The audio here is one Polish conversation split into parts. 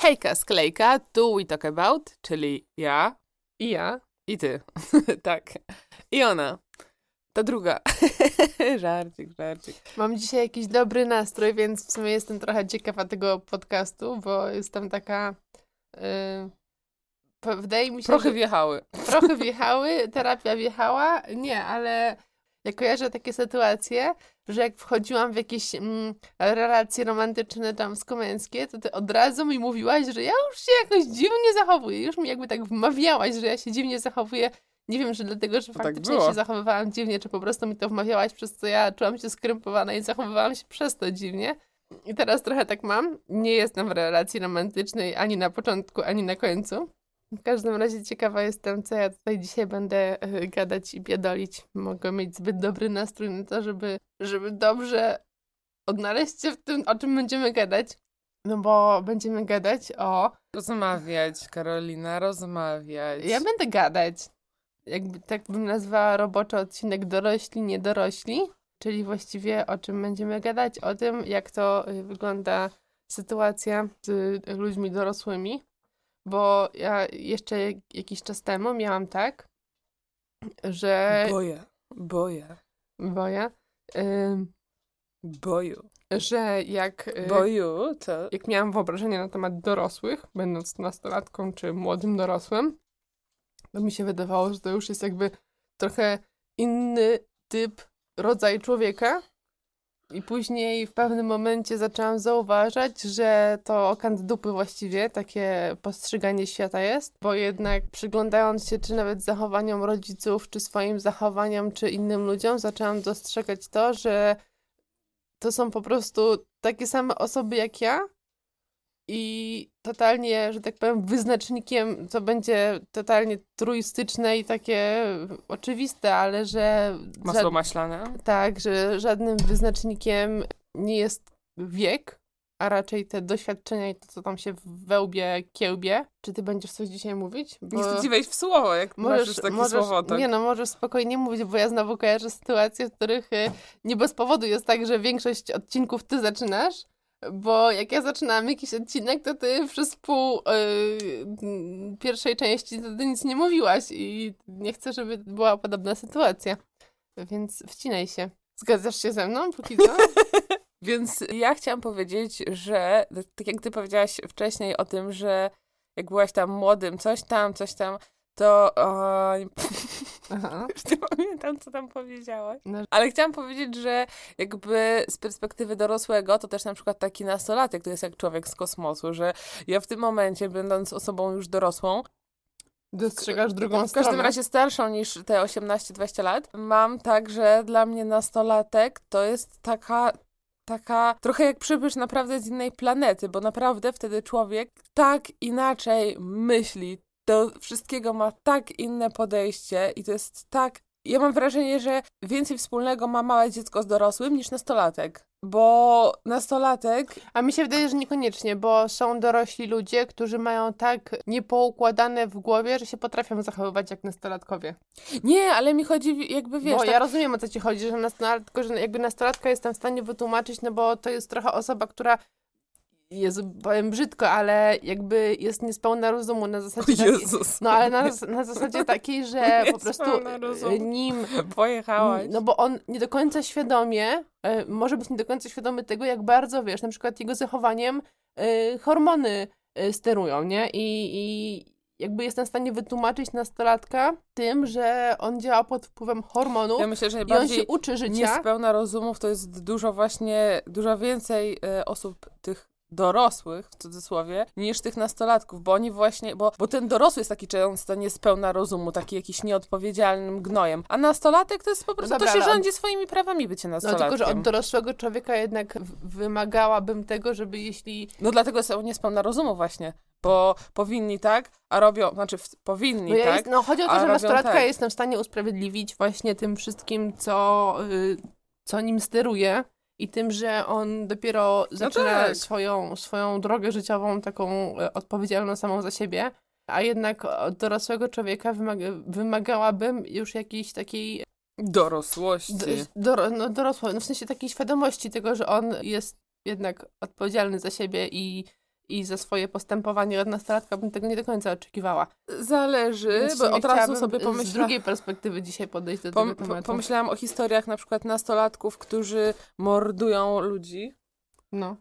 Hejka, sklejka, tu we talk about, czyli ja I ja. i ty. Tak. I ona. Ta druga. Żarcik. Mam dzisiaj jakiś dobry nastrój, więc w sumie jestem trochę ciekawa tego podcastu, bo jestem taka... wydaje mi się, Prochy że... wjechały. Prochy wjechały, terapia wjechała. Nie, ale ja kojarzę takie sytuacje, że jak wchodziłam w jakieś relacje romantyczne damsko-męskie, to ty od razu mi mówiłaś, że ja już się jakoś dziwnie zachowuję. Już mi jakby tak wmawiałaś, że ja się dziwnie zachowuję. Nie wiem, czy dlatego, że faktycznie się zachowywałam dziwnie, czy po prostu mi to wmawiałaś, przez co ja czułam się skrępowana i zachowywałam się przez to dziwnie. I teraz trochę tak mam. Nie jestem w relacji romantycznej ani na początku, ani na końcu. W każdym razie ciekawa jestem, co ja tutaj dzisiaj będę gadać i biadolić. Mogę mieć zbyt dobry nastrój na to, żeby dobrze odnaleźć się w tym, o czym będziemy gadać. No bo będziemy gadać o... Rozmawiać, Karolina, rozmawiać. Ja będę gadać. Jakby tak bym nazwała roboczo odcinek dorośli, niedorośli. Czyli właściwie o czym będziemy gadać? O tym, jak to wygląda sytuacja z ludźmi dorosłymi. Bo ja jeszcze jakiś czas temu miałam tak, że... Boję. Że jak miałam wyobrażenie na temat dorosłych, będąc nastolatką czy młodym dorosłym, to mi się wydawało, że to już jest jakby trochę inny rodzaj człowieka. I później w pewnym momencie zaczęłam zauważać, że to okant dupy właściwie, takie postrzeganie świata jest, bo jednak przyglądając się czy nawet zachowaniom rodziców, czy swoim zachowaniom, czy innym ludziom, zaczęłam dostrzegać to, że to są po prostu takie same osoby jak ja i totalnie, że tak powiem, wyznacznikiem, co będzie totalnie truistyczne i takie oczywiste, ale że... Masło maślane? Tak, że żadnym wyznacznikiem nie jest wiek, a raczej te doświadczenia i to, co tam się we łbie kiełbie. Czy ty będziesz coś dzisiaj mówić? Bo... Nie chcę ci wejść w słowo, jak masz już takie słowotok. Nie no, możesz spokojnie mówić, bo ja znowu kojarzę sytuacje, w których nie bez powodu jest tak, że większość odcinków ty zaczynasz, bo jak ja zaczynam jakiś odcinek, to ty przez pół pierwszej części to ty nic nie mówiłaś i nie chcę, żeby była podobna sytuacja. Więc wcinaj się. Zgadzasz się ze mną póki co? Więc ja chciałam powiedzieć, że tak jak ty powiedziałaś wcześniej o tym, że jak byłaś tam młodym, coś tam, to już nie pamiętam, co tam powiedziałaś. No. Ale chciałam powiedzieć, że jakby z perspektywy dorosłego, to też na przykład taki nastolatek to jest jak człowiek z kosmosu, że ja w tym momencie, będąc osobą już dorosłą, dostrzegasz drugą stronę. W każdym razie starszą niż te 18-20 lat, mam tak, że dla mnie nastolatek to jest taka trochę jak przybysz naprawdę z innej planety, bo naprawdę wtedy człowiek tak inaczej myśli, do wszystkiego ma tak inne podejście i to jest tak... Ja mam wrażenie, że więcej wspólnego ma małe dziecko z dorosłym niż nastolatek. Bo nastolatek... A mi się wydaje, że niekoniecznie, bo są dorośli ludzie, którzy mają tak niepoukładane w głowie, że się potrafią zachowywać jak nastolatkowie. Nie, ale mi chodzi jakby, wiesz... Bo ja rozumiem, o co ci chodzi, że jakby nastolatka jestem w stanie wytłumaczyć, no bo to jest trochę osoba, która... Jezu, powiem brzydko, ale jakby jest niespełna rozumu na zasadzie takiej, no ale na zasadzie takiej, że po prostu nim pojechałaś. No bo on nie do końca świadomie, może być nie do końca świadomy tego, jak bardzo, wiesz, na przykład jego zachowaniem hormony sterują, nie? I jakby jestem w stanie wytłumaczyć nastolatka tym, że on działa pod wpływem hormonów. Ja myślę, że i on się uczy życia. Niespełna rozumów to jest dużo więcej osób tych dorosłych, w cudzysłowie, niż tych nastolatków, bo oni właśnie, bo ten dorosły jest taki często niespełna rozumu, taki jakiś nieodpowiedzialnym gnojem, a nastolatek to jest po prostu, to się rządzi swoimi prawami bycie nastolatkiem. No tylko, że od dorosłego człowieka jednak wymagałabym tego, żeby jeśli... No dlatego są niespełna rozumu właśnie, bo powinni tak, a robią, znaczy powinni no tak, chodzi o to, że nastolatka jestem w stanie usprawiedliwić właśnie tym wszystkim, co nim steruje. I tym, że on dopiero zaczyna swoją drogę życiową taką odpowiedzialną samą za siebie, a jednak od dorosłego człowieka wymagałabym już jakiejś takiej... dorosłości. Dorosłej, no w sensie takiej świadomości tego, że on jest jednak odpowiedzialny za siebie i i za swoje postępowanie od nastolatka bym tego nie do końca oczekiwała. Zależy, Więc bo od razu sobie z pomyślałam... drugiej perspektywy dzisiaj podejść do tego tematu. Pomyślałam o historiach na przykład nastolatków, którzy mordują ludzi. No.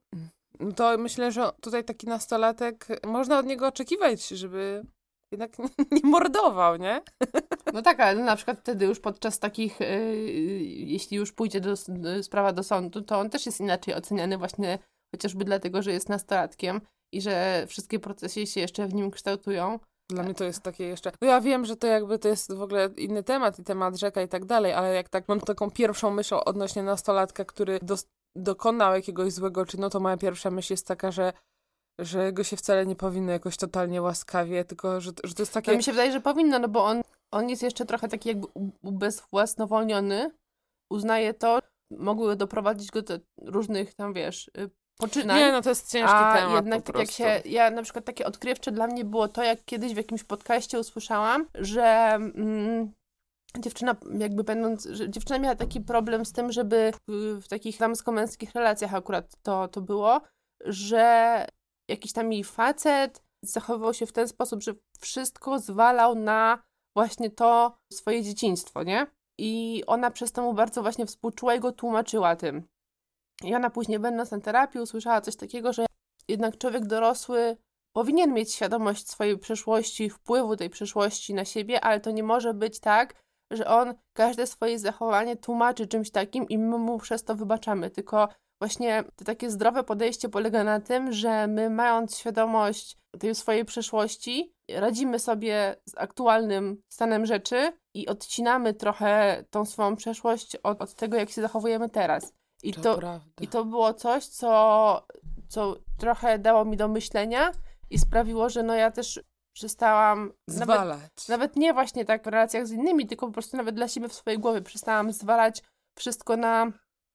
To myślę, że tutaj taki nastolatek, można od niego oczekiwać, żeby jednak nie mordował, nie? No tak, ale na przykład wtedy już podczas takich, jeśli już pójdzie sprawa do sądu, to on też jest inaczej oceniany właśnie chociażby dlatego, że jest nastolatkiem i że wszystkie procesy się jeszcze w nim kształtują. Dla mnie to jest takie jeszcze... No ja wiem, że to jakby to jest w ogóle inny temat i temat rzeka i tak dalej, ale jak tak mam taką pierwszą myśl odnośnie nastolatka, który dokonał jakiegoś złego czynu, to moja pierwsza myśl jest taka, że go się wcale nie powinno jakoś totalnie łaskawie, tylko że to jest takie... No mi się wydaje, że powinno, no bo on jest jeszcze trochę taki jakby ubezwłasnowolniony, uznaje to, mogły doprowadzić go do różnych tam, wiesz, poczynań. Nie, no to jest ciężki temat jednak po tak jak prostu. ja na przykład takie odkrywcze dla mnie było to, jak kiedyś w jakimś podcaście usłyszałam, że dziewczyna jakby że dziewczyna miała taki problem z tym, żeby w takich damsko-męskich relacjach akurat to było, że jakiś tam jej facet zachowywał się w ten sposób, że wszystko zwalał na właśnie to swoje dzieciństwo, nie? I ona przez to mu bardzo właśnie współczuła i go tłumaczyła tym. I ona później, będąc na terapii, usłyszała coś takiego, że jednak człowiek dorosły powinien mieć świadomość swojej przeszłości, wpływu tej przeszłości na siebie, ale to nie może być tak, że on każde swoje zachowanie tłumaczy czymś takim i my mu przez to wybaczamy. Tylko właśnie to takie zdrowe podejście polega na tym, że my, mając świadomość tej swojej przeszłości, radzimy sobie z aktualnym stanem rzeczy i odcinamy trochę tą swoją przeszłość od tego, jak się zachowujemy teraz. I to było coś, co trochę dało mi do myślenia i sprawiło, że no ja też przestałam zwalać. Nawet nie właśnie tak w relacjach z innymi, tylko po prostu nawet dla siebie w swojej głowie przestałam zwalać wszystko na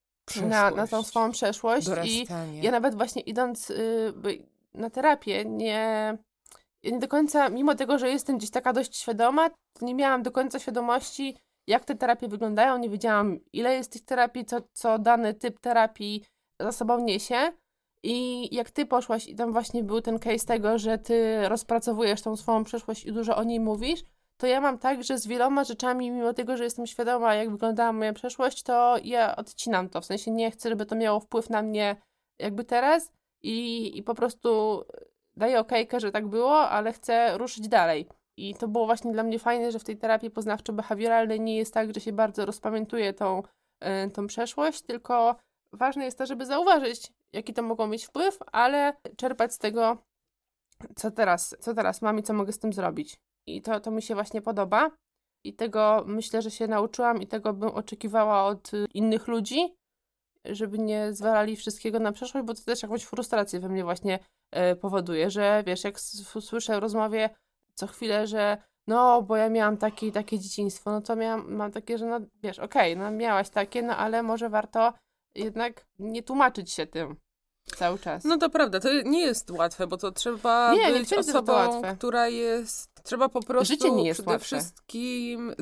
tą swoją przeszłość. Dorastanie. I ja nawet właśnie idąc na terapię, ja nie do końca, mimo tego, że jestem gdzieś taka dość świadoma, to nie miałam do końca świadomości, jak te terapie wyglądają, nie wiedziałam, ile jest tych terapii, co dany typ terapii za sobą niesie. I jak ty poszłaś i tam właśnie był ten case tego, że ty rozpracowujesz tą swoją przeszłość i dużo o niej mówisz, to ja mam tak, że z wieloma rzeczami, mimo tego, że jestem świadoma, jak wyglądała moja przeszłość, to ja odcinam to. W sensie nie chcę, żeby to miało wpływ na mnie jakby teraz i po prostu daję okejkę, że tak było, ale chcę ruszyć dalej. I to było właśnie dla mnie fajne, że w tej terapii poznawczo-behawioralnej nie jest tak, że się bardzo rozpamiętuje tą przeszłość, tylko ważne jest to, żeby zauważyć, jaki to mogą mieć wpływ, ale czerpać z tego, co teraz mam i co mogę z tym zrobić. I to mi się właśnie podoba. I tego myślę, że się nauczyłam i tego bym oczekiwała od innych ludzi, żeby nie zwalali wszystkiego na przeszłość, bo to też jakąś frustrację we mnie właśnie powoduje, że wiesz, jak słyszę w rozmowie co chwilę, że no, bo ja miałam takie i takie dzieciństwo, no to mam takie, że no wiesz, okej, no miałaś takie, no ale może warto jednak nie tłumaczyć się tym cały czas. No to prawda, to nie jest łatwe, bo to trzeba być osobą, która jest... Trzeba po prostu życie nie jest przede łatwe. wszystkim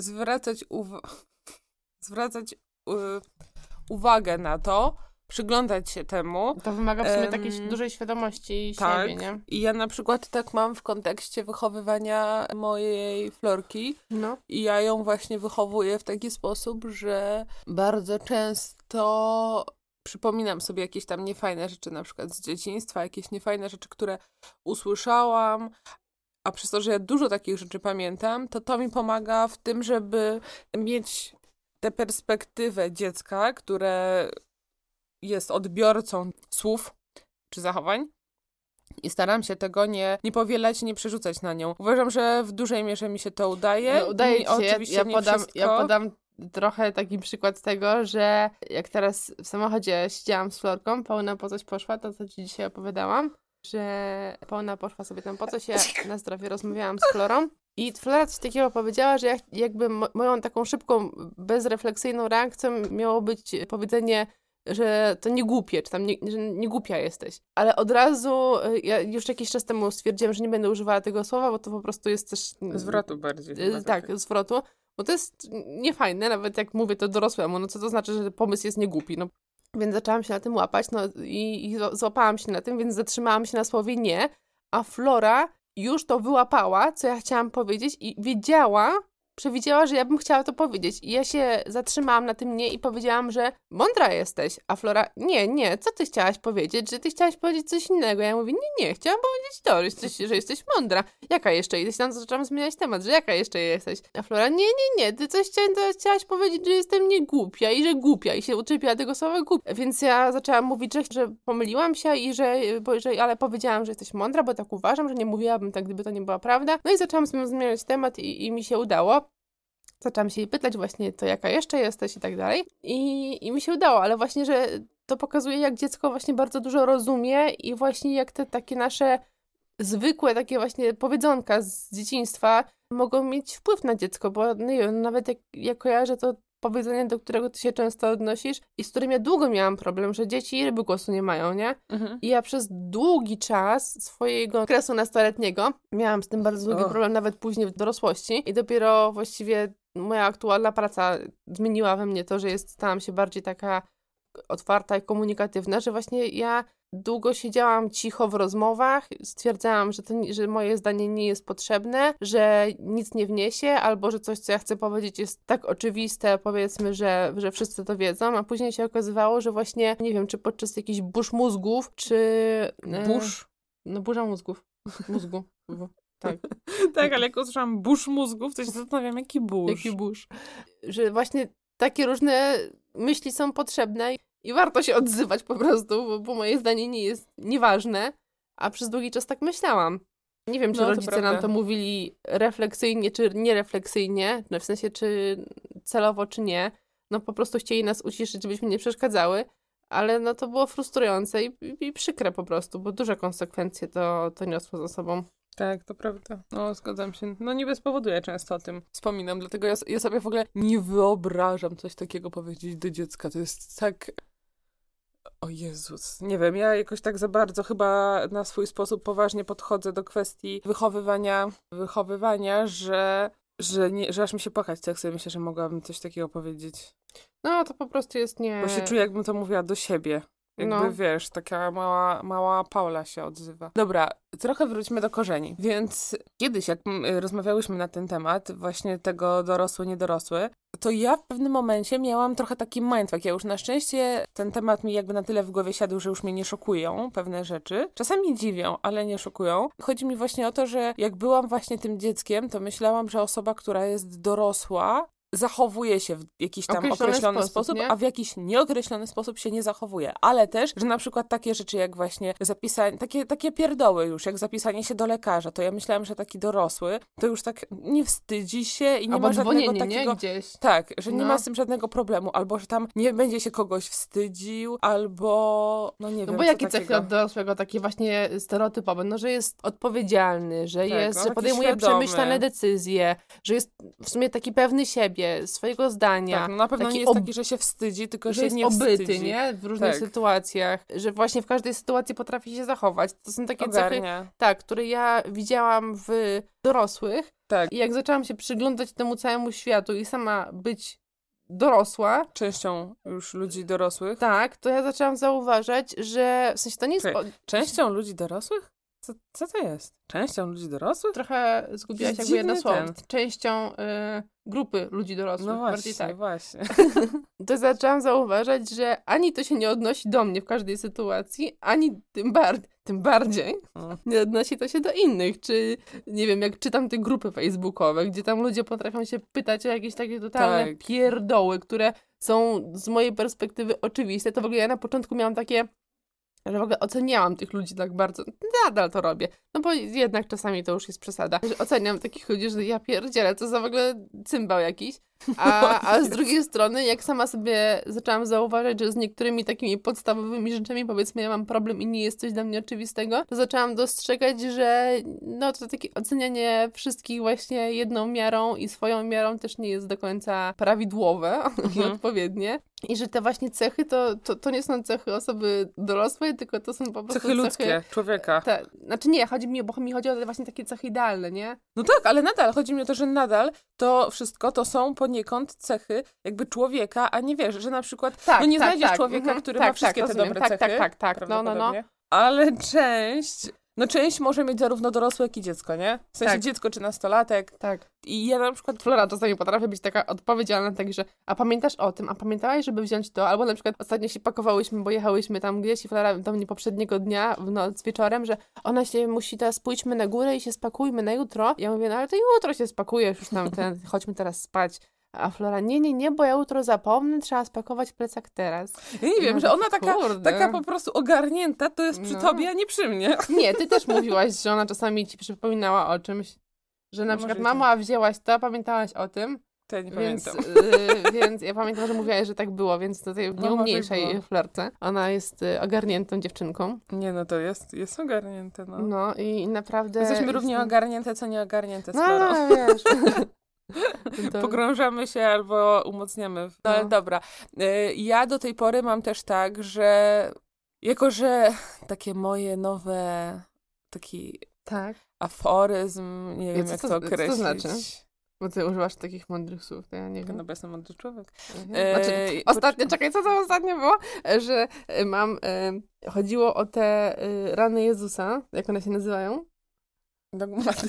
zwracać uwagę na to, przyglądać się temu. To wymaga w sumie takiej dużej świadomości siebie, nie? I ja na przykład tak mam w kontekście wychowywania mojej Florki. No. I ja ją właśnie wychowuję w taki sposób, że bardzo często przypominam sobie jakieś tam niefajne rzeczy, na przykład z dzieciństwa, jakieś niefajne rzeczy, które usłyszałam, a przez to, że ja dużo takich rzeczy pamiętam, to mi pomaga w tym, żeby mieć tę perspektywę dziecka, które jest odbiorcą słów czy zachowań i staram się tego nie powielać, nie przerzucać na nią. Uważam, że w dużej mierze mi się to udaje. No, udaje ci się. Oczywiście Ja podam trochę taki przykład tego, że jak teraz w samochodzie siedziałam z Florką, Paula po coś poszła, to co ci dzisiaj opowiadałam, że Paula poszła sobie tam po coś, ja na zdrowie rozmawiałam z Florą i Flora coś takiego powiedziała, że jakby moją taką szybką, bezrefleksyjną reakcją miało być powiedzenie, że to nie głupie, czy tam że nie głupia jesteś. Ale od razu, ja już jakiś czas temu stwierdziłam, że nie będę używała tego słowa, bo to po prostu jest też... Zwrotu bardziej. Tak, zwrotu. Bo to jest niefajne, nawet jak mówię to dorosłemu, no co to znaczy, że pomysł jest niegłupi, no Więc zaczęłam się na tym łapać, no i złapałam się na tym, więc zatrzymałam się na słowie nie, a Flora już to wyłapała, co ja chciałam powiedzieć i przewidziała, że ja bym chciała to powiedzieć. I ja się zatrzymałam na tym nie i powiedziałam, że mądra jesteś. A Flora, nie, co ty chciałaś powiedzieć? Że ty chciałaś powiedzieć coś innego. Ja mówię, nie, chciałam powiedzieć to, że jesteś mądra. Jaka jeszcze? I tam zaczęłam zmieniać temat, że jaka jeszcze jesteś? A Flora, nie, ty coś chciałaś powiedzieć, że jestem niegłupia i że głupia. I się uczepiła tego słowa głupia. Więc ja zaczęłam mówić, że pomyliłam się i ale powiedziałam, że jesteś mądra, bo tak uważam, że nie mówiłabym tak, gdyby to nie była prawda. No i zaczęłam sobie zmieniać temat i mi się udało. Zaczęłam się jej pytać właśnie to, jaka jeszcze jesteś i tak dalej. I mi się udało, ale właśnie, że to pokazuje, jak dziecko właśnie bardzo dużo rozumie i właśnie jak te takie nasze zwykłe takie właśnie powiedzonka z dzieciństwa mogą mieć wpływ na dziecko, bo nie wiem, nawet jak kojarzę to powiedzenie, do którego ty się często odnosisz i z którym ja długo miałam problem, że dzieci ryby głosu nie mają, nie? I ja przez długi czas swojego okresu nastoletniego miałam z tym bardzo długi problem, nawet później w dorosłości i dopiero właściwie moja aktualna praca zmieniła we mnie to, że stałam się bardziej taka otwarta i komunikatywna, że właśnie ja długo siedziałam cicho w rozmowach, stwierdzałam, że moje zdanie nie jest potrzebne, że nic nie wniesie, albo że coś, co ja chcę powiedzieć, jest tak oczywiste, powiedzmy, że wszyscy to wiedzą, a później się okazywało, że właśnie, nie wiem, czy podczas jakichś burz mózgów, czy... Burz? No, burza mózgów. Mózgu. Tak. Tak, ale jak usłyszałam burz mózgów, to się zastanawiam, jaki burz. Jaki burz. Że właśnie takie różne myśli są potrzebne i warto się odzywać po prostu, bo moje zdanie nie jest nieważne, a przez długi czas tak myślałam. Nie wiem, czy rodzice nam to mówili refleksyjnie, czy nierefleksyjnie, w sensie, czy celowo, czy nie. No po prostu chcieli nas uciszyć, żebyśmy nie przeszkadzały, ale no to było frustrujące i przykre po prostu, bo duże konsekwencje to niosło za sobą. Tak, to prawda. No, zgadzam się. No nie bez powodu ja często o tym wspominam, dlatego ja sobie w ogóle nie wyobrażam coś takiego powiedzieć do dziecka. To jest tak... O Jezus. Nie wiem, ja jakoś tak za bardzo chyba na swój sposób poważnie podchodzę do kwestii wychowywania, że aż mi się płakać, jak sobie myślę, że mogłabym coś takiego powiedzieć. No, to po prostu jest nie... Bo się czuję, jakbym to mówiła do siebie. Jakby, wiesz, taka mała Paula się odzywa. Dobra, trochę wróćmy do korzeni. Więc kiedyś, jak rozmawiałyśmy na ten temat, właśnie tego dorosły, niedorosły, to ja w pewnym momencie miałam trochę taki mindfuck. Ja już na szczęście ten temat mi jakby na tyle w głowie siadł, że już mnie nie szokują pewne rzeczy. Czasami dziwią, ale nie szokują. Chodzi mi właśnie o to, że jak byłam właśnie tym dzieckiem, to myślałam, że osoba, która jest dorosła, zachowuje się w jakiś tam określony sposób, a w jakiś nieokreślony sposób się nie zachowuje. Ale też, że na przykład takie rzeczy jak właśnie zapisanie, takie pierdoły już, jak zapisanie się do lekarza, to ja myślałam, że taki dorosły to już tak nie wstydzi się i nie ma żadnego takiego... Nie? Gdzieś. Tak, że nie ma z tym żadnego problemu, albo że tam nie będzie się kogoś wstydził, albo no nie wiem. No bo jakie cechy od dorosłego, takie właśnie stereotypowe, no że jest odpowiedzialny, że że podejmuje świadomy, przemyślane decyzje, że jest w sumie taki pewny siebie, swojego zdania. Tak, no na pewno nie jest taki, że się wstydzi, tylko że jest nie obyty, wstydzi. nie? W różnych sytuacjach, że właśnie w każdej sytuacji potrafi się zachować. To są takie cechy, które ja widziałam w dorosłych i jak zaczęłam się przyglądać temu całemu światu i sama być dorosła. Częścią już ludzi dorosłych. Tak, to ja zaczęłam zauważać, że w sensie to nie jest... Częścią ludzi dorosłych? Co to jest? Częścią ludzi dorosłych? Trochę zgubiłaś jakby jedno słowo. Częścią grupy ludzi dorosłych. No właśnie, bardziej tak. właśnie. To zaczęłam zauważać, że ani to się nie odnosi do mnie w każdej sytuacji, ani tym bardziej nie odnosi to się do innych. Czy, nie wiem, jak czytam te grupy facebookowe, gdzie tam ludzie potrafią się pytać o jakieś takie totalne pierdoły, które są z mojej perspektywy oczywiste. To w ogóle ja na początku miałam takie, że w ogóle oceniałam tych ludzi tak bardzo. Nadal to robię. No bo jednak czasami to już jest przesada. Że oceniam takich ludzi, że ja pierdzielę, to za w ogóle cymbał jakiś. A z drugiej strony, jak sama sobie zaczęłam zauważać, że z niektórymi takimi podstawowymi rzeczami, powiedzmy, ja mam problem i nie jest coś dla mnie oczywistego, to zaczęłam dostrzegać, że no to takie ocenianie wszystkich właśnie jedną miarą i swoją miarą też nie jest do końca prawidłowe i odpowiednie. I że te właśnie cechy to nie są cechy osoby dorosłej, złe, tylko to są po prostu cechy ludzkie, człowieka. Znaczy nie, bo mi chodzi o właśnie takie cechy idealne, nie? No tak, ale nadal, chodzi mi o to, że nadal to wszystko to są poniekąd cechy jakby człowieka, a nie wiesz, że na przykład no nie znajdziesz człowieka, który ma wszystkie te dobre cechy. Tak. No. Ale część może mieć zarówno dorosłe, jak i dziecko, nie? W sensie dziecko czy nastolatek. Tak. I ja na przykład... Flora czasami potrafi być taka odpowiedzialna, tak, że a pamiętasz o tym, a pamiętałaś, żeby wziąć to? Albo na przykład ostatnio się pakowałyśmy, bo jechałyśmy tam gdzieś i Flora do mnie poprzedniego dnia, w noc wieczorem, że ona się musi teraz, pójdźmy na górę i się spakujmy na jutro. Ja mówię, no ale to jutro się spakujesz, już tam chodźmy teraz spać. A Flora, nie, bo ja jutro zapomnę, trzeba spakować plecak teraz. Ja nie wiem, że ona taka po prostu ogarnięta, to jest przy tobie, a nie przy mnie. Nie, ty też mówiłaś, że ona czasami ci przypominała o czymś, że na przykład mama, wzięłaś to, pamiętałaś o tym. To ja nie pamiętam. Więc ja pamiętam, że mówiłaś, że tak było, więc tutaj nie umniejszaj Florce. Ona jest ogarniętą dziewczynką. Nie, no to jest ogarnięte, no. No i naprawdę... Jesteśmy równie ogarnięte, co nieogarnięte z Florą. No, wiesz... Pogrążamy się albo umocniamy. No ale dobra. Ja do tej pory mam też tak, że jako, że takie moje nowe taki aforyzm, nie wiem jak to określić. Co to znaczy? Bo ty używasz takich mądrych słów, to ja nie wiem. No bo jestem mądry człowiek. Ostatnio, czekaj, co to ostatnio było? Że chodziło o te rany Jezusa, jak one się nazywają? Dogmaty.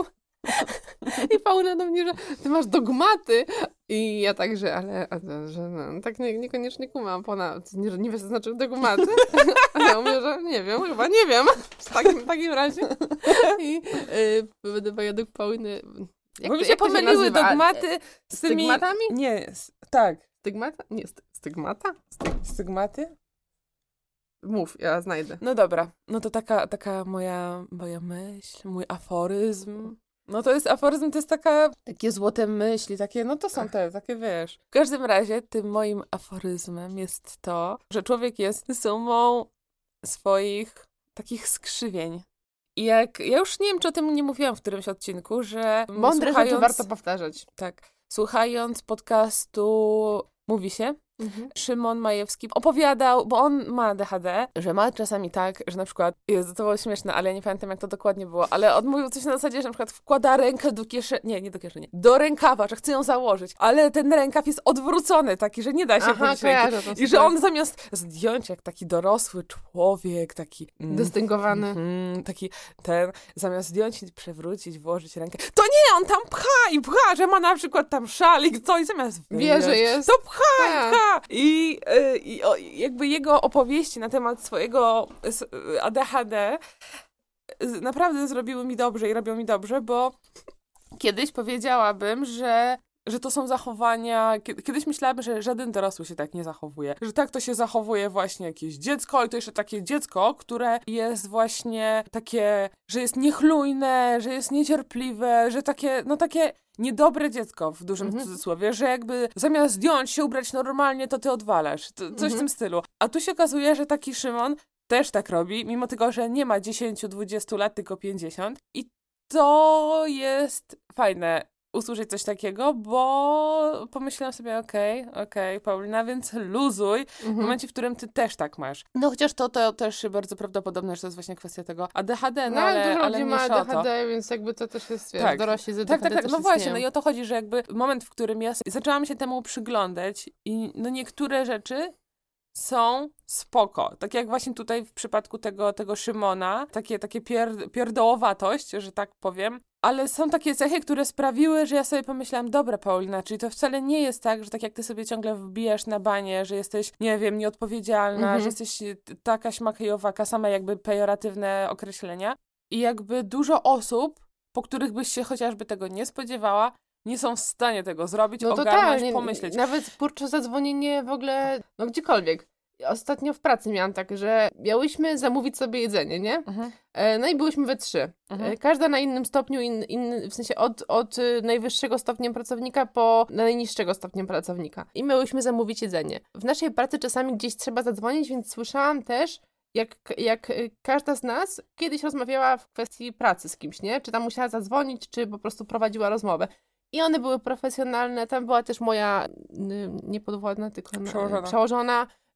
I Paula do mnie, że ty masz dogmaty. I ja tak, że tak niekoniecznie kumam. Nie wiesz, co znaczy dogmaty? A ja mówię, że chyba nie wiem. W takim razie. I według Pauliny... Bo mi się pomyliły dogmaty z tymi... Stygmatami? Nie, tak. Stygmata? Nie, stygmata? Stygmaty? Mów, ja znajdę. No dobra, no to taka moja myśl, mój aforyzm. No to jest aforyzm, to jest takie złote myśli, takie, no to są takie, wiesz. W każdym razie tym moim aforyzmem jest to, że człowiek jest sumą swoich takich skrzywień. I ja już nie wiem, czy o tym nie mówiłam w którymś odcinku, że mądre rzeczy warto powtarzać. Tak. Słuchając podcastu Mówi się, Szymon Majewski opowiadał, bo on ma ADHD, że ma czasami tak, że na przykład, Jezu, to było śmieszne, ale ja nie pamiętam jak to dokładnie było, ale on mówił coś na zasadzie, że na przykład wkłada rękę do kieszeni, nie do kieszeni, do rękawa, że chce ją założyć, ale ten rękaw jest odwrócony, taki, że nie da się wchodzić ręki. I że on zamiast zdjąć jak taki dorosły człowiek, taki... dystyngowany. Zamiast zdjąć i przewrócić, włożyć rękę, to nie, on tam pcha, że ma na przykład tam szalik, coś, zamiast wie, że jest. To pcha. I jakby jego opowieści na temat swojego ADHD naprawdę zrobiły mi dobrze i robią mi dobrze, bo kiedyś powiedziałabym, że to są zachowania... Kiedyś myślałabym, że żaden dorosły się tak nie zachowuje. Że tak to się zachowuje właśnie jakieś dziecko i to jeszcze takie dziecko, które jest właśnie takie, że jest niechlujne, że jest niecierpliwe, że takie niedobre dziecko w dużym cudzysłowie, że jakby zamiast zdjąć się, ubrać normalnie, to ty odwalasz. Coś w tym stylu. A tu się okazuje, że taki Szymon też tak robi, mimo tego, że nie ma 10-20 lat, tylko 50. I to jest fajne usłyszeć coś takiego, bo pomyślałam sobie, okej, Paulina, więc luzuj w momencie, w którym ty też tak masz. No chociaż to też bardzo prawdopodobne, że to jest właśnie kwestia tego ADHD, no ale ma ADHD, więc jakby to też jest, wiesz, dorośli z ADHD Tak, no właśnie, no i o to chodzi, że jakby moment, w którym ja zaczęłam się temu przyglądać i no niektóre rzeczy są spoko. Tak jak właśnie tutaj w przypadku tego Szymona, takie pierdołowatość, że tak powiem, ale są takie cechy, które sprawiły, że ja sobie pomyślałam, dobra Paulina, czyli to wcale nie jest tak, że tak jak ty sobie ciągle wbijasz na banie, że jesteś, nie wiem, nieodpowiedzialna, że jesteś taka śmaka i owaka, same jakby pejoratywne określenia. I jakby dużo osób, po których byś się chociażby tego nie spodziewała, nie są w stanie tego zrobić, ogarnąć, pomyśleć. Nawet kurczę zadzwonienie w ogóle, no gdziekolwiek. Ostatnio w pracy miałam tak, że miałyśmy zamówić sobie jedzenie, nie? No i byłyśmy we 3. Każda na innym stopniu, w sensie od najwyższego stopnia pracownika po najniższego stopnia pracownika. I miałyśmy zamówić jedzenie. W naszej pracy czasami gdzieś trzeba zadzwonić, więc słyszałam też, jak każda z nas kiedyś rozmawiała w kwestii pracy z kimś, nie? Czy tam musiała zadzwonić, czy po prostu prowadziła rozmowę. I one były profesjonalne. Tam była też moja niepodwładna, tylko przełożona.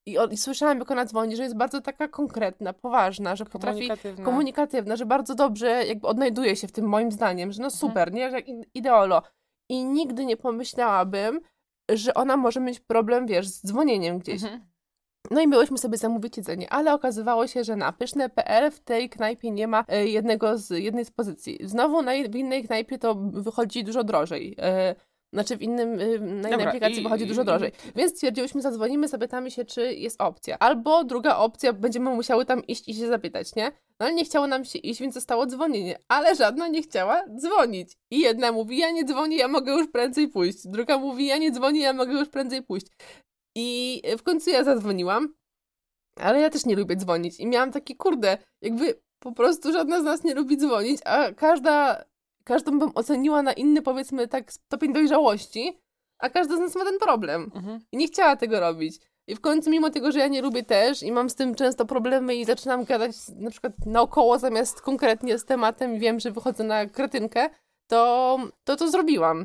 I słyszałam, jak ona dzwoni, że jest bardzo taka konkretna, poważna, że potrafi komunikatywna, że bardzo dobrze jakby odnajduje się w tym moim zdaniem, że no super, nie? Że jak ideolo. I nigdy nie pomyślałabym, że ona może mieć problem, wiesz, z dzwonieniem gdzieś. No i miałyśmy sobie zamówić jedzenie, ale okazywało się, że na pyszne.pl w tej knajpie nie ma jednej z pozycji. Znowu w innej knajpie to wychodzi dużo drożej. Znaczy w na innej aplikacji wychodzi dużo drożej. Więc stwierdziłyśmy, zadzwonimy, zapytamy się, czy jest opcja. Albo druga opcja, będziemy musiały tam iść i się zapytać, nie? No ale nie chciało nam się iść, więc zostało dzwonienie. Ale żadna nie chciała dzwonić. I jedna mówi, ja nie dzwonię, ja mogę już prędzej pójść. Druga mówi, ja nie dzwonię, ja mogę już prędzej pójść. I w końcu ja zadzwoniłam, ale ja też nie lubię dzwonić. I miałam taki, kurde, jakby po prostu żadna z nas nie lubi dzwonić, a każdą bym oceniła na inny, powiedzmy, tak stopień dojrzałości, a każda z nas ma ten problem. I nie chciała tego robić. I w końcu, mimo tego, że ja nie lubię też i mam z tym często problemy i zaczynam gadać na przykład naokoło zamiast konkretnie z tematem i wiem, że wychodzę na kretynkę, to zrobiłam.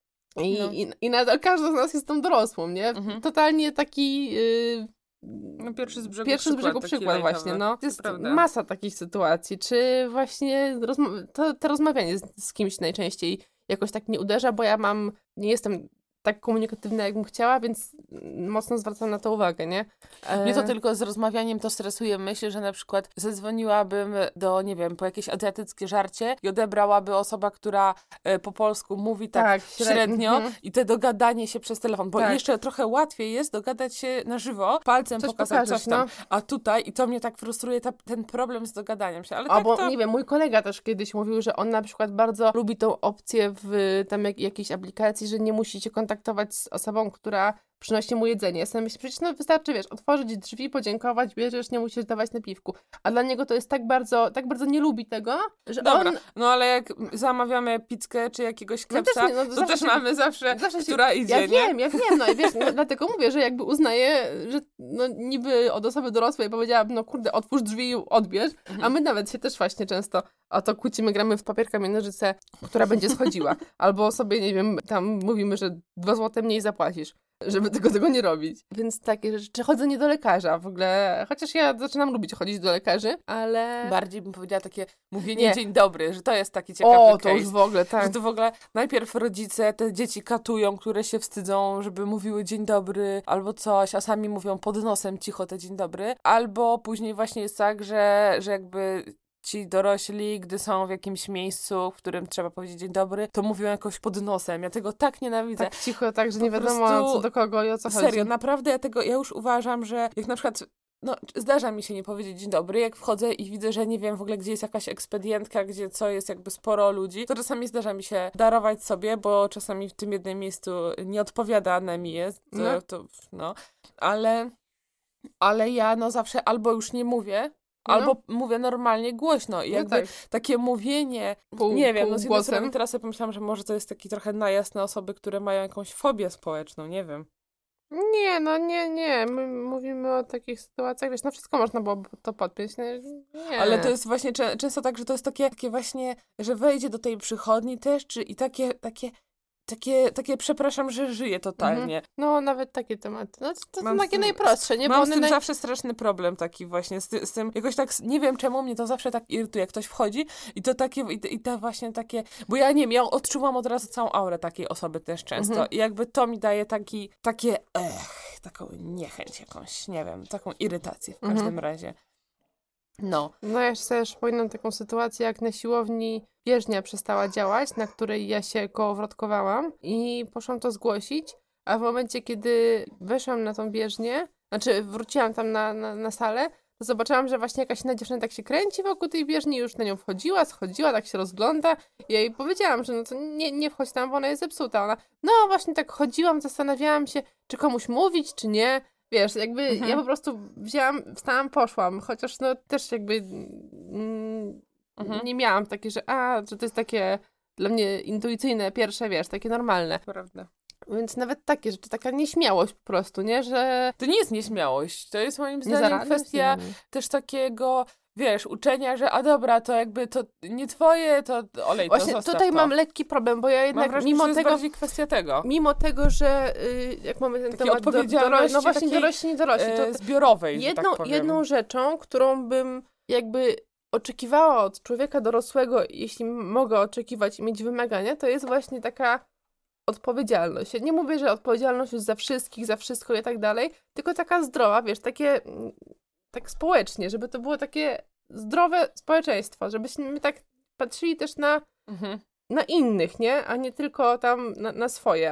I nadal każda z nas jest tą dorosłą, nie? Totalnie taki... No pierwszy z brzegu przykład właśnie, no. Jest masa takich sytuacji. Czy właśnie to rozmawianie z kimś najczęściej jakoś tak nie uderza, bo ja nie jestem tak komunikatywna, jakbym chciała, więc mocno zwracam na to uwagę, nie? Mnie to tylko z rozmawianiem to stresuje. Myślę, że na przykład zadzwoniłabym do, nie wiem, po jakieś azjatyckie żarcie i odebrałaby osoba, która po polsku mówi tak średnio i te dogadanie się przez telefon, bo jeszcze trochę łatwiej jest dogadać się na żywo, palcem pokazać coś tam, a tutaj i to mnie tak frustruje ten problem z dogadaniem się, ale nie wiem, mój kolega też kiedyś mówił, że on na przykład bardzo lubi tą opcję w tam jakiejś aplikacji, że nie musi się kontaktować z osobą, która przynosi mu jedzenie. Ja sobie myślę, przecież wystarczy, wiesz, otworzyć drzwi, podziękować, bierzesz, nie musisz dawać napiwku. A dla niego to jest tak bardzo nie lubi tego, że no ale jak zamawiamy pizzkę czy jakiegoś kepsa, to też mamy zawsze która idzie, ja wiem, no i wiesz, dlatego mówię, że jakby uznaję, że no niby od osoby dorosłej powiedziałabym, no kurde, otwórz drzwi i odbierz, a my nawet się też właśnie często o to kłócimy, gramy w papier, kamień, nożyce, która będzie schodziła. Albo sobie, nie wiem, tam mówimy, że 2 złote mniej zapłacisz, żeby tego nie robić. Więc takie rzeczy, czy chodzenie do lekarza w ogóle, chociaż ja zaczynam lubić chodzić do lekarzy, ale... Bardziej bym powiedziała takie mówienie dzień dobry, że to jest taki ciekawy case. To już w ogóle, tak. Że to w ogóle najpierw rodzice te dzieci katują, które się wstydzą, żeby mówiły dzień dobry albo coś, a sami mówią pod nosem cicho te dzień dobry. Albo później właśnie jest tak, że jakby... ci dorośli, gdy są w jakimś miejscu, w którym trzeba powiedzieć dzień dobry, to mówią jakoś pod nosem. Ja tego tak nienawidzę. Tak cicho, tak, że nie wiadomo co do kogo i o co chodzi. Serio, naprawdę ja już uważam, że jak na przykład zdarza mi się nie powiedzieć dzień dobry, jak wchodzę i widzę, że nie wiem w ogóle, gdzie jest jakaś ekspedientka, gdzie jest jakby sporo ludzi, to czasami zdarza mi się darować sobie, bo czasami w tym jednym miejscu nieodpowiadane mi jest, ale ja zawsze albo już nie mówię, albo mówię normalnie głośno i jakby takie mówienie, nie wiem, z jednej strony teraz sobie pomyślałam, że może to jest taki trochę najazd na osoby, które mają jakąś fobię społeczną, nie wiem. Nie, nie. My mówimy o takich sytuacjach, wiesz, wszystko można było to podpiąć, nie. Ale to jest właśnie często tak, że to jest takie właśnie, że wejdzie do tej przychodni też, i takie przepraszam, że żyję totalnie. No, nawet takie tematy. No, to są takie najprostsze, nie? Mam z tym zawsze straszny problem taki właśnie, z tym jakoś tak, nie wiem czemu mnie to zawsze tak irytuje, jak ktoś wchodzi i to takie, i to właśnie takie, bo ja nie wiem, ja odczuwam od razu całą aurę takiej osoby też często i jakby to mi daje taką niechęć jakąś, nie wiem, taką irytację w każdym razie. No ja sobie przypominam taką sytuację, jak na siłowni bieżnia przestała działać, na której ja się kołowrotkowałam i poszłam to zgłosić, a w momencie, kiedy weszłam na tą bieżnię, wróciłam tam na salę, to zobaczyłam, że właśnie jakaś inna dziewczyna tak się kręci wokół tej bieżni, już na nią wchodziła, schodziła, tak się rozgląda. I ja jej powiedziałam, że no to nie wchodź tam, bo ona jest zepsuta. Ona, no właśnie tak chodziłam, zastanawiałam się, czy komuś mówić, czy nie. Wiesz, jakby ja po prostu wstałam, poszłam, chociaż też jakby nie miałam takie, że to jest takie dla mnie intuicyjne, pierwsze, wiesz, takie normalne. Prawda. Więc nawet takie rzeczy, taka nieśmiałość po prostu, nie, że... To nie jest nieśmiałość, to jest moim zdaniem kwestia też takiego wiesz, uczenia, że a dobra, to jakby to nie twoje, to olej, Właśnie to zostaw tutaj to. mam lekki problem, bo ja jednak Mam wrażenie, mimo że to jest tego... bardziej kwestia tego. Mimo tego, że jak mamy ten Takiej temat odpowiedzialności no właśnie takiej, dorośli, nie dorośli, to zbiorowej, że tak powiem. jedną rzeczą, którą bym jakby oczekiwała od człowieka dorosłego, jeśli mogę oczekiwać i mieć wymagania, to jest właśnie taka odpowiedzialność. Ja nie mówię, że odpowiedzialność jest za wszystkich, za wszystko i tak dalej, tylko taka zdrowa, wiesz, takie tak społecznie, żeby to było takie zdrowe społeczeństwo, żebyśmy tak patrzyli też na innych, nie? A nie tylko tam na swoje.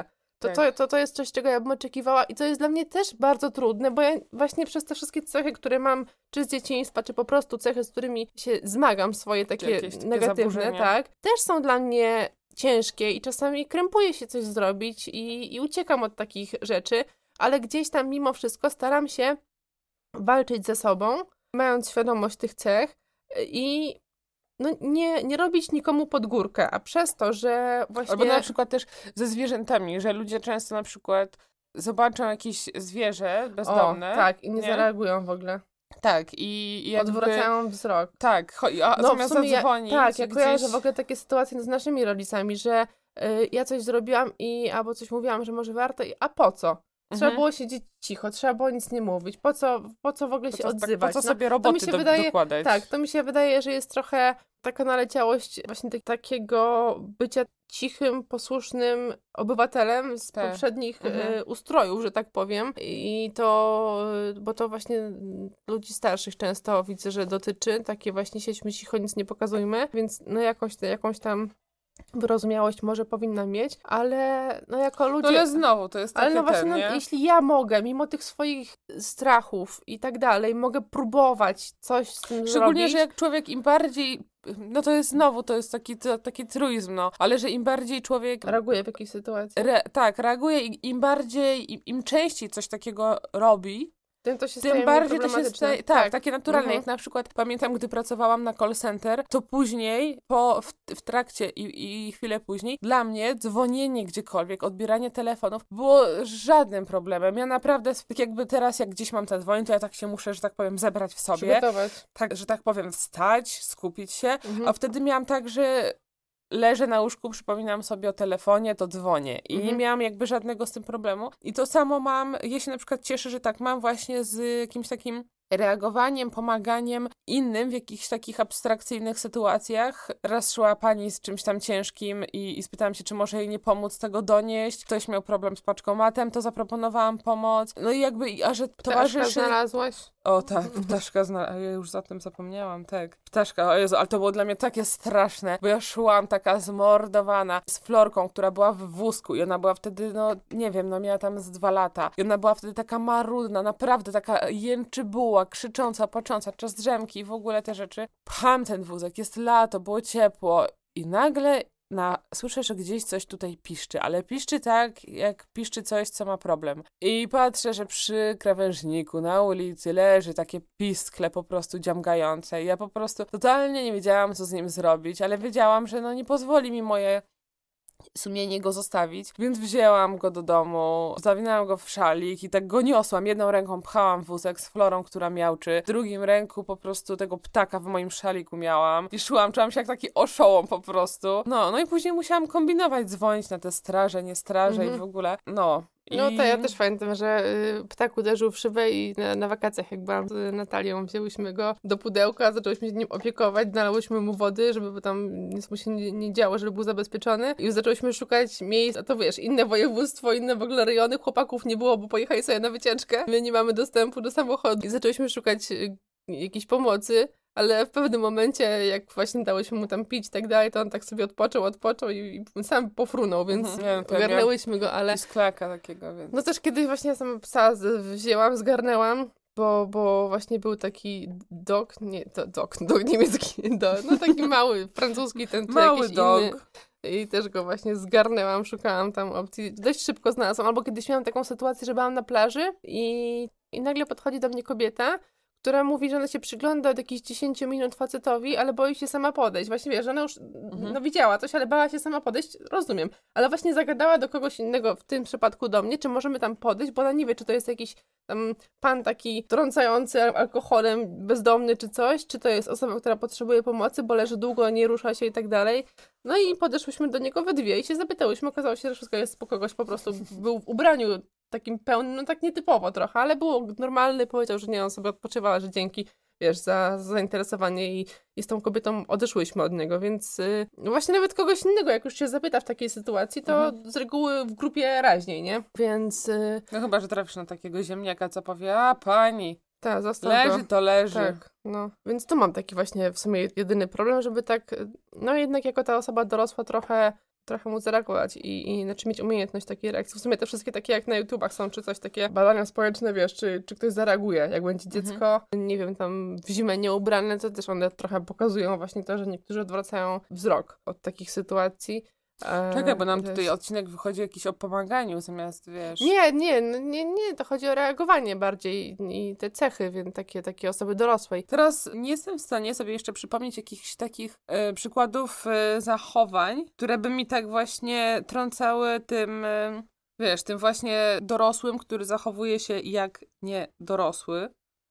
To jest coś, czego ja bym oczekiwała i to jest dla mnie też bardzo trudne, bo ja właśnie przez te wszystkie cechy, które mam, czy z dzieciństwa, czy po prostu cechy, z którymi się zmagam, swoje takie negatywne, tak, też są dla mnie ciężkie i czasami krępuje się coś zrobić i uciekam od takich rzeczy, ale gdzieś tam mimo wszystko staram się walczyć ze sobą, mając świadomość tych cech i no nie robić nikomu pod górkę, a przez to, że właśnie... Albo na przykład też ze zwierzętami, że ludzie często na przykład zobaczą jakieś zwierzę bezdomne. Tak, i nie zareagują w ogóle. Tak, i jakby... Odwracają wzrok. Tak, zamiast zadzwonić ja kojarzę w ogóle takie sytuacje z naszymi rodzicami, że ja coś zrobiłam albo coś mówiłam, że może warto, a po co? Trzeba było siedzieć cicho, trzeba było nic nie mówić. Po co w ogóle się odzywać? Po co sobie roboty dokładać? Tak, to mi się wydaje, że jest trochę taka naleciałość właśnie takiego bycia cichym, posłusznym obywatelem z poprzednich ustrojów, że tak powiem. I to, bo to właśnie ludzi starszych często widzę, że dotyczy. Takie właśnie siedźmy cicho, nic nie pokazujmy. Więc no jakąś tam wyrozumiałość może powinna mieć, ale no jako ludzie... No ale znowu, to jest takie ale no właśnie, jeśli ja mogę, mimo tych swoich strachów i tak dalej, mogę próbować coś z tym zrobić... Szczególnie, że jak człowiek im bardziej... No to jest znowu, to jest taki truizm, no. Ale że im bardziej człowiek... reaguje w jakiejś sytuacji. Reaguje i im bardziej, im częściej coś takiego robi, tym bardziej to się staje, tak, takie naturalne. Jak na przykład pamiętam, gdy pracowałam na call center, to później, w trakcie i chwilę później, dla mnie dzwonienie gdziekolwiek, odbieranie telefonów było żadnym problemem. Ja naprawdę, jakby teraz, jak gdzieś mam zadzwonić, to ja tak się muszę, że tak powiem, zebrać w sobie. Przygotować. Tak, że tak powiem, wstać, skupić się. A wtedy miałam tak, że leżę na łóżku, przypominam sobie o telefonie, to dzwonię. I nie miałam jakby żadnego z tym problemu. I to samo mam, ja się na przykład cieszę, że tak mam właśnie z jakimś takim reagowaniem, pomaganiem innym w jakichś takich abstrakcyjnych sytuacjach. Raz szła pani z czymś tam ciężkim i spytałam się, czy może jej nie pomóc tego donieść. Ktoś miał problem z paczkomatem, to zaproponowałam pomoc. No i jakby, a że towarzyszy... Ptaszka znalazłaś? O tak, ptaszka znalazłam. Ja już za tym zapomniałam, tak. Ptaszka, o Jezu, ale to było dla mnie takie straszne, bo ja szłam taka zmordowana z Florką, która była w wózku i ona była wtedy, no nie wiem, no miała tam z 2 lata. I ona była wtedy taka marudna, naprawdę taka jęczybuła, krzycząca, płacząca, czas drzemki i w ogóle te rzeczy. Pcham ten wózek, jest lato, było ciepło i nagle słyszę, że gdzieś coś tutaj piszczy, ale piszczy tak, jak piszczy coś, co ma problem. I patrzę, że przy krawężniku na ulicy leży takie pistkle po prostu dziamgające. I ja po prostu totalnie nie wiedziałam, co z nim zrobić, ale wiedziałam, że no nie pozwoli mi moje sumienie go zostawić, więc wzięłam go do domu, zawinęłam go w szalik i tak go niosłam. Jedną ręką pchałam wózek z Florą, która miauczy, w drugim ręku po prostu tego ptaka w moim szaliku miałam i czułam się jak taki oszołom po prostu. No i później musiałam kombinować, dzwonić na te straże, nie straże i w ogóle, no. No to ja też pamiętam, że ptak uderzył w szybę i na wakacjach, jak byłam z Natalią, wzięłyśmy go do pudełka, zaczęłyśmy się nim opiekować, nalałyśmy mu wody, żeby tam nic mu się nie działo, żeby był zabezpieczony i już zaczęłyśmy szukać miejsc, a to wiesz, inne województwo, inne w ogóle rejony, chłopaków nie było, bo pojechali sobie na wycieczkę, my nie mamy dostępu do samochodu i zaczęłyśmy szukać jakiejś pomocy, ale w pewnym momencie, jak właśnie dałyśmy mu tam pić i tak dalej, to on tak sobie odpoczął i sam pofrunął, więc ogarnęłyśmy go, ale... Sklaka takiego, więc... No też kiedyś właśnie ja sam psa wzięłam, zgarnęłam, bo właśnie był taki dog niemiecki, no taki mały, francuski, ten czy mały jakiś dog. inny. I też go właśnie zgarnęłam, szukałam tam opcji. Dość szybko znalazłam, albo kiedyś miałam taką sytuację, że byłam na plaży i nagle podchodzi do mnie kobieta, która mówi, że ona się przygląda od jakichś 10 minut facetowi, ale boi się sama podejść. Właśnie wiesz, że ona już no, widziała coś, ale bała się sama podejść, rozumiem. Ale właśnie zagadała do kogoś innego, w tym przypadku do mnie, czy możemy tam podejść, bo ona nie wie, czy to jest jakiś tam pan taki trącający alkoholem, bezdomny czy coś, czy to jest osoba, która potrzebuje pomocy, bo leży długo, nie rusza się i tak dalej. No i podeszłyśmy do niego we dwie i się zapytałyśmy. Okazało się, że wszystko jest po kogoś, po prostu był w ubraniu takim pełnym, no tak nietypowo trochę, ale było normalny, powiedział, że nie, on sobie odpoczywała, że dzięki, wiesz, za zainteresowanie i z tą kobietą odeszłyśmy od niego, więc no właśnie nawet kogoś innego, jak już się zapyta w takiej sytuacji, to z reguły w grupie raźniej, nie? Więc... No chyba, że trafisz na takiego ziemniaka, co powie, a pani, tak, leży to leży. Tak, no. Więc tu mam taki właśnie w sumie jedyny problem, żeby tak, no jednak jako ta osoba dorosła trochę móc zareagować i znaczy mieć umiejętność takiej reakcji. W sumie te wszystkie takie jak na YouTubach są, czy coś takie badania społeczne, wiesz, czy ktoś zareaguje, jak będzie dziecko, nie wiem, tam w zimę nieubrane, to też one trochę pokazują właśnie to, że niektórzy odwracają wzrok od takich sytuacji. Czekaj, bo nam tutaj odcinek wychodzi jakiś o pomaganiu zamiast, wiesz... Nie, to chodzi o reagowanie bardziej i te cechy, więc takie osoby dorosłej. Teraz nie jestem w stanie sobie jeszcze przypomnieć jakichś takich przykładów zachowań, które by mi tak właśnie trącały tym, wiesz, tym właśnie dorosłym, który zachowuje się jak nie dorosły.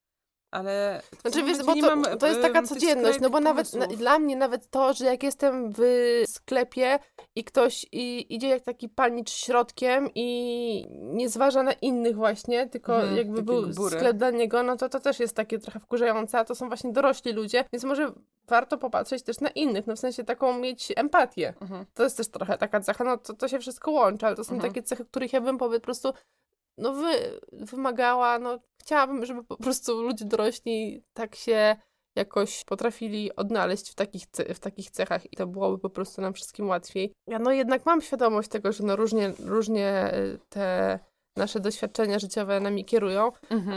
Ale znaczy, wiesz, bo to jest taka codzienność, no bo nawet dla mnie nawet to, że jak jestem w sklepie i ktoś idzie jak taki panicz środkiem i nie zważa na innych właśnie, tylko jakby był sklep dla niego, no to też jest takie trochę wkurzające, a to są właśnie dorośli ludzie, więc może warto popatrzeć też na innych, no w sensie taką mieć empatię. To jest też trochę taka cecha, no to się wszystko łączy, ale to są takie cechy, których ja bym po prostu no wymagała, no chciałabym, żeby po prostu ludzie dorośli tak się jakoś potrafili odnaleźć w takich cechach i to byłoby po prostu nam wszystkim łatwiej. Ja no jednak mam świadomość tego, że no różnie te nasze doświadczenia życiowe nami kierują,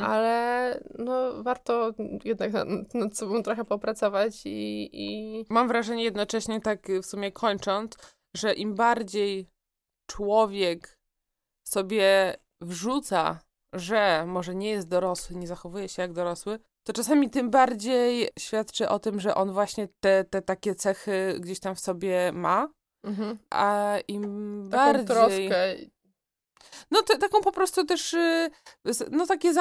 ale no warto jednak nad sobą trochę popracować i... Mam wrażenie jednocześnie tak w sumie kończąc, że im bardziej człowiek sobie wrzuca, że może nie jest dorosły, nie zachowuje się jak dorosły, to czasami tym bardziej świadczy o tym, że on właśnie te takie cechy gdzieś tam w sobie ma, a im taką bardziej... troskę. No taką po prostu też, no takie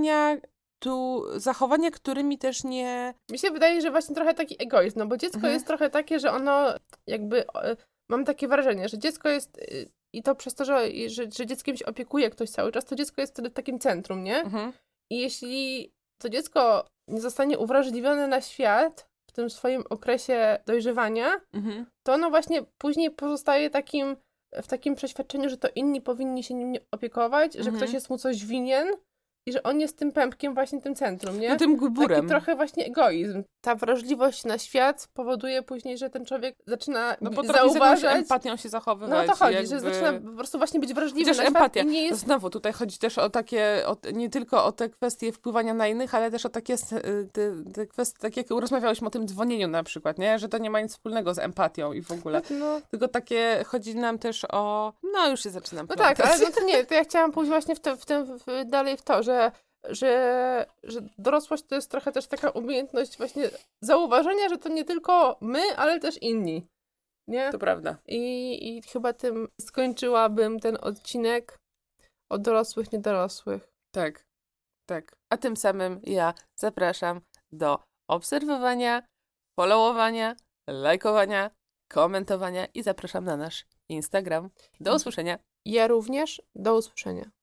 zachowania, którymi też nie... Mi się wydaje, że właśnie trochę taki egoizm, no bo dziecko jest trochę takie, że ono jakby, mam takie wrażenie, że dziecko jest... I to przez to, że dzieckiem się opiekuje ktoś cały czas, to dziecko jest wtedy w takim centrum, nie? I jeśli to dziecko nie zostanie uwrażliwione na świat w tym swoim okresie dojrzewania, to ono właśnie później pozostaje w takim przeświadczeniu, że to inni powinni się nim opiekować, że ktoś jest mu coś winien i że on jest tym pępkiem właśnie tym centrum, nie? No tym gburem. Taki trochę właśnie egoizm. Ta wrażliwość na świat powoduje później, że ten człowiek zaczyna zauważać... z empatią się zachowywać. No to chodzi, że zaczyna po prostu właśnie być wrażliwy na empatia. świat i nie jest... Znowu, tutaj chodzi też o takie, nie tylko o te kwestie wpływania na innych, ale też o takie te kwestie, tak jak rozmawiałyśmy o tym dzwonieniu na przykład, nie? Że to nie ma nic wspólnego z empatią i w ogóle. No. Tylko takie, chodzi nam też o... No już się zaczynam No tak, ale no to nie, to ja chciałam pójść właśnie dalej w to, że dorosłość to jest trochę też taka umiejętność właśnie zauważenia, że to nie tylko my, ale też inni. Nie? To prawda. I chyba tym skończyłabym ten odcinek o dorosłych, niedorosłych. Tak. A tym samym ja zapraszam do obserwowania, followowania, lajkowania, komentowania i zapraszam na nasz Instagram. Do usłyszenia. Ja również. Do usłyszenia.